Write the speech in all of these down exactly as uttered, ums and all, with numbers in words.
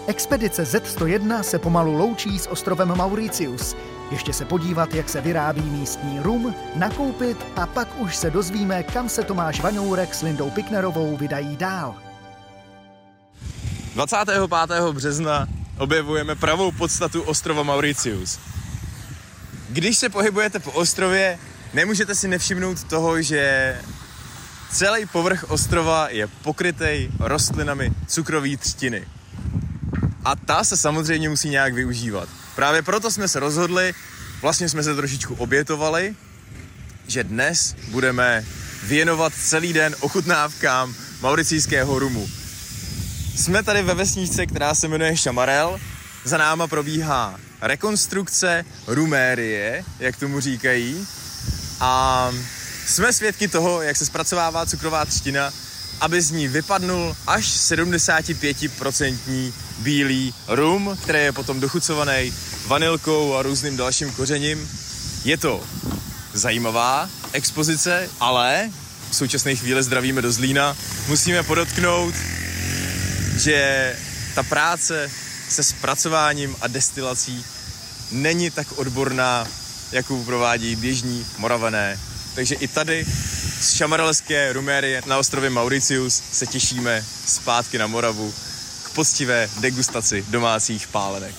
Expedice Z sto jedna se pomalu loučí s ostrovem Mauritius. Ještě se podívat, jak se vyrábí místní rum, nakoupit a pak už se dozvíme, kam se Tomáš Vaňourek s Lindou Picknerovou vydají dál. dvacátého pátého března objevujeme pravou podstatu ostrova Mauritius. Když se pohybujete po ostrově, nemůžete si nevšimnout toho, že celý povrch ostrova je pokrytej rostlinami cukrové třtiny. A ta se samozřejmě musí nějak využívat. Právě proto jsme se rozhodli, vlastně jsme se trošičku obětovali, že dnes budeme věnovat celý den ochutnávkám mauricijského rumu. Jsme tady ve vesničce, která se jmenuje Chamarel. Za náma probíhá rekonstrukce rumérie, jak tomu říkají. A jsme svědky toho, jak se zpracovává cukrová třtina, aby z ní vypadnul až sedmdesát pět procent bílý rum, který je potom dochucovaný vanilkou a různým dalším kořením. Je to zajímavá expozice, ale v současné chvíli zdravíme do Zlína. Musíme podotknout, že ta práce se zpracováním a destilací není tak odborná, jakou provádí běžní Moravané. Takže i tady z chamarelské rumérie na ostrově Mauritius se těšíme zpátky na Moravu k poctivé degustaci domácích pálenek.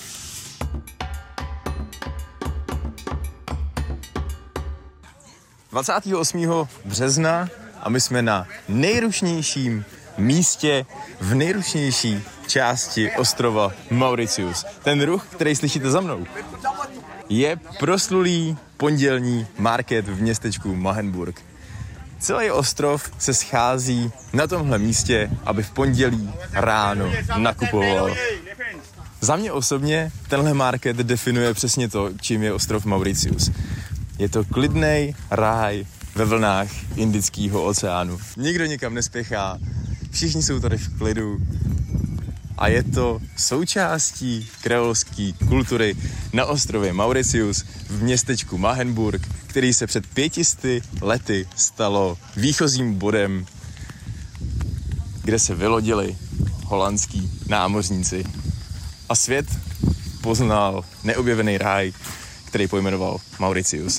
dvacátého osmého března a my jsme na nejrušnějším místě v nejrušnější části ostrova Mauritius. Ten ruch, který slyšíte za mnou, je proslulý pondělní market v městečku Mahenburg. Celý ostrov se schází na tomhle místě, aby v pondělí ráno nakupoval. Za mě osobně tenhle market definuje přesně to, čím je ostrov Mauritius. Je to klidnej ráj ve vlnách Indického oceánu. Nikdo nikam nespěchá, všichni jsou tady v klidu a je to součástí kreolské kultury na ostrově Mauritius v městečku Mahenburg, který se před pětisty lety stalo výchozím bodem, kde se vylodili holandský námořníci. A svět poznal neobjevený ráj, který pojmenoval Mauritius.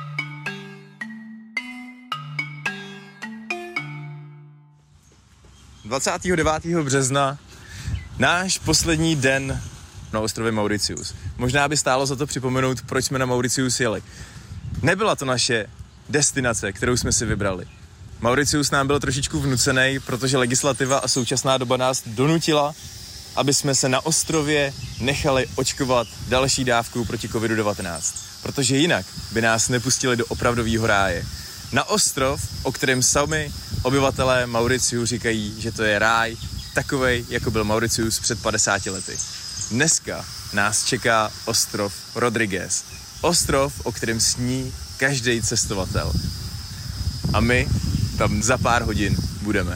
dvacátého devátého března náš poslední den na ostrově Mauritius. Možná by stálo za to připomenout, proč jsme na Mauritius jeli. Nebyla to naše destinace, kterou jsme si vybrali. Mauritius nám byl trošičku vnucený, protože legislativa a současná doba nás donutila, aby jsme se na ostrově nechali očkovat další dávkou proti kovidu devatenáct. Protože jinak by nás nepustili do opravdového ráje. Na ostrov, o kterém sami obyvatelé Mauritiu říkají, že to je ráj, takovej, jako byl Mauritius před padesáti lety. Dneska nás čeká ostrov Rodriguez. Ostrov, o kterém sní každý cestovatel. A my tam za pár hodin budeme.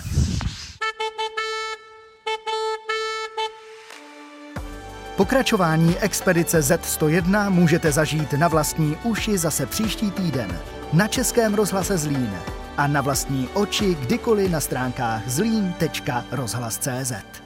Pokračování expedice Z sto jedna můžete zažít na vlastní uši zase příští týden na Českém rozhlase Zlín a na vlastní oči kdykoliv na stránkách zlín tečka rozhlas tečka cé zet.